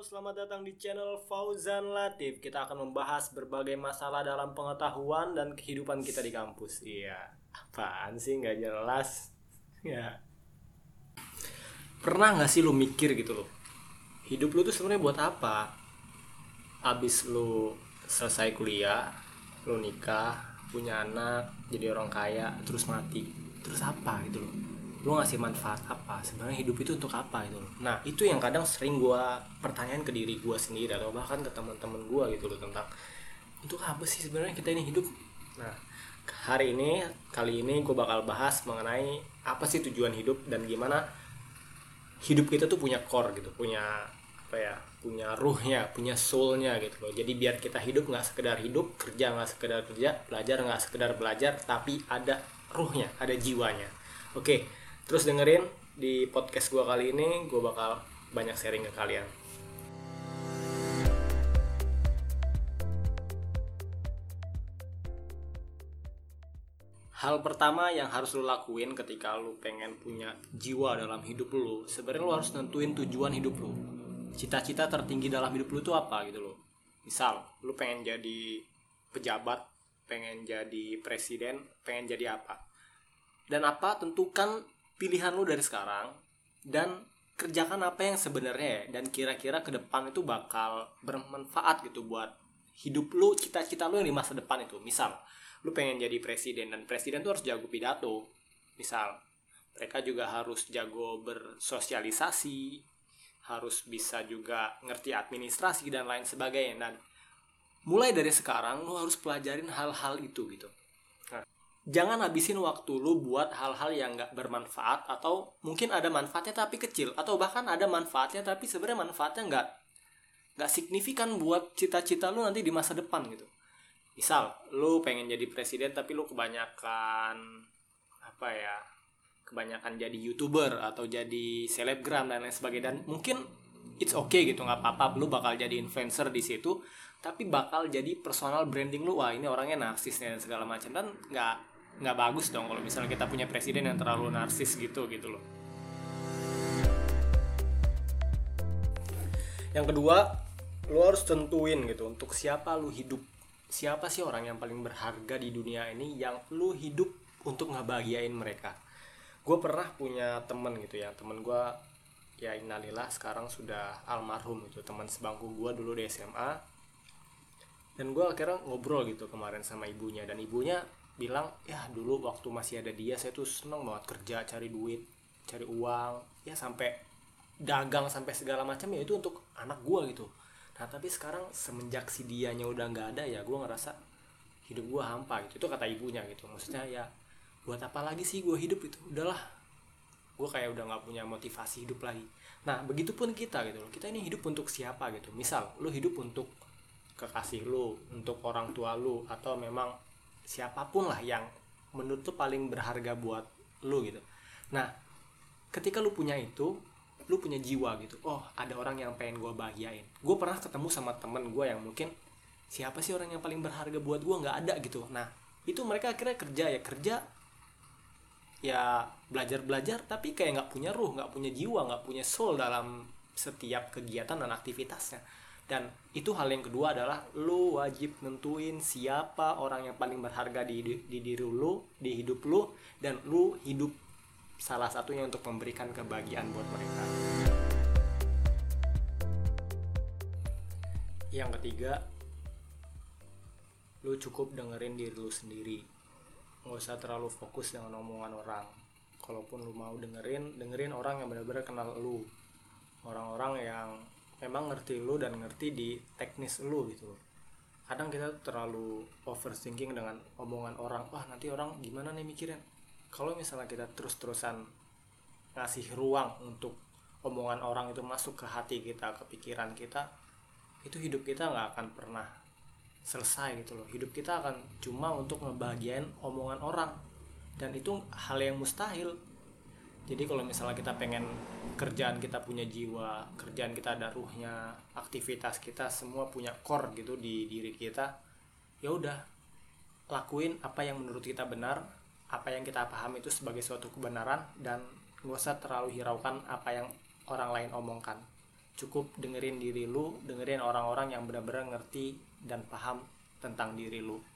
Selamat datang di channel Fauzan Latif. Kita akan membahas berbagai masalah dalam pengetahuan dan kehidupan kita di kampus. Iya, apaan sih nggak jelas? Ya, pernah nggak sih lu mikir gitu loh? Hidup lu tuh sebenarnya buat apa? Abis lu selesai kuliah, lu nikah, punya anak, jadi orang kaya, terus mati. Terus apa gitu loh? Lu ngasih manfaat apa? Sebenarnya hidup itu untuk apa gitu loh? Nah, itu yang kadang sering gue pertanyain ke diri gue sendiri atau bahkan ke teman-teman gue gitu loh, tentang untuk apa sih sebenarnya kita ini hidup. Nah, kali ini gue bakal bahas mengenai apa sih tujuan hidup dan gimana hidup kita tuh punya core gitu, punya apa ya, punya ruhnya, punya soulnya gitu loh. Jadi biar kita hidup nggak sekedar hidup, kerja nggak sekedar kerja, belajar nggak sekedar belajar, tapi ada ruhnya, ada jiwanya. Oke, terus dengerin di podcast gue kali ini, gue bakal banyak sharing ke kalian. Hal pertama yang harus lo lakuin ketika lo pengen punya jiwa dalam hidup lo, sebenarnya lo harus nentuin tujuan hidup lo. Cita-cita tertinggi dalam hidup lo itu apa gitu lo. Misal, lo pengen jadi pejabat, pengen jadi presiden, pengen jadi apa. Dan apa, tentukan pilihan lo dari sekarang dan kerjakan apa yang sebenarnya dan kira-kira ke depan itu bakal bermanfaat gitu buat hidup lo, cita-cita lo yang di masa depan itu. Misal, lu pengen jadi presiden dan presiden tuh harus jago pidato. Misal, mereka juga harus jago bersosialisasi, harus bisa juga ngerti administrasi dan lain sebagainya. Dan mulai dari sekarang lu harus pelajarin hal-hal itu gitu. Nah, jangan habisin waktu lu buat hal-hal yang gak bermanfaat, atau mungkin ada manfaatnya tapi kecil, atau bahkan ada manfaatnya tapi sebenarnya manfaatnya gak signifikan buat cita-cita lu nanti di masa depan gitu. Misal, lu pengen jadi presiden tapi lu kebanyakan kebanyakan jadi YouTuber atau jadi selebgram dan lain sebagainya, dan mungkin it's okay gitu, nggak apa-apa lu bakal jadi influencer di situ, tapi bakal jadi personal branding lu, wah ini orangnya narsis dan segala macam, dan nggak bagus dong kalau misalnya kita punya presiden yang terlalu narsis gitu loh. Yang kedua, lu harus tentuin gitu untuk siapa lu hidup. Siapa sih orang yang paling berharga di dunia ini yang lu hidup untuk ngebahagiain mereka. Gue pernah punya temen gitu ya, temen gue ya innalillah sekarang sudah almarhum gitu, teman sebangku gue dulu di SMA. Dan gue akhirnya ngobrol gitu kemarin sama ibunya, dan ibunya bilang, ya dulu waktu masih ada dia saya tuh seneng banget kerja, cari duit, cari uang, ya sampai dagang sampai segala macam, ya itu untuk anak gue gitu. Nah tapi sekarang semenjak si dianya udah nggak ada, ya gue ngerasa hidup gue hampa gitu. Itu kata ibunya gitu. Maksudnya ya buat apa lagi sih gue hidup itu, udahlah gue kayak udah nggak punya motivasi hidup lagi. Nah begitupun kita gitu loh, kita ini hidup untuk siapa gitu. Misal lu hidup untuk kekasih lu, untuk orang tua lu, atau memang siapapun lah yang menurut lu paling berharga buat lu gitu. Nah ketika lu punya itu, lu punya jiwa gitu, oh ada orang yang pengen gue bahagiain. Gue pernah ketemu sama temen gue yang mungkin siapa sih orang yang paling berharga buat gue, nggak ada gitu. Nah itu mereka akhirnya kerja ya belajar tapi kayak nggak punya ruh, nggak punya jiwa, nggak punya soul dalam setiap kegiatan dan aktivitasnya. Dan itu hal yang kedua adalah lu wajib nentuin siapa orang yang paling berharga di diri lu, di hidup lu, dan lu hidup salah satunya untuk memberikan kebahagiaan buat mereka. Yang ketiga, lu cukup dengerin diri lu sendiri. Nggak usah terlalu fokus dengan omongan orang. Kalaupun lu mau dengerin orang yang benar-benar kenal lu, orang-orang yang memang ngerti lu dan ngerti di teknis lu gitu. Kadang kita terlalu overthinking dengan omongan orang. Wah nanti orang gimana nih mikirin. Kalau misalnya kita terus-terusan ngasih ruang untuk omongan orang itu masuk ke hati kita, ke pikiran kita, itu hidup kita nggak akan pernah selesai gitu loh. Hidup kita akan cuma untuk ngebahagiain omongan orang, dan itu hal yang mustahil. Jadi kalau misalnya kita pengen kerjaan kita punya jiwa, kerjaan kita ada ruhnya, aktivitas kita semua punya core gitu di diri kita, ya udah lakuin apa yang menurut kita benar, apa yang kita paham itu sebagai suatu kebenaran, dan gak usah terlalu hiraukan apa yang orang lain omongkan. cukup dengerin diri lu, dengerin orang-orang yang benar-benar ngerti dan paham tentang diri lu.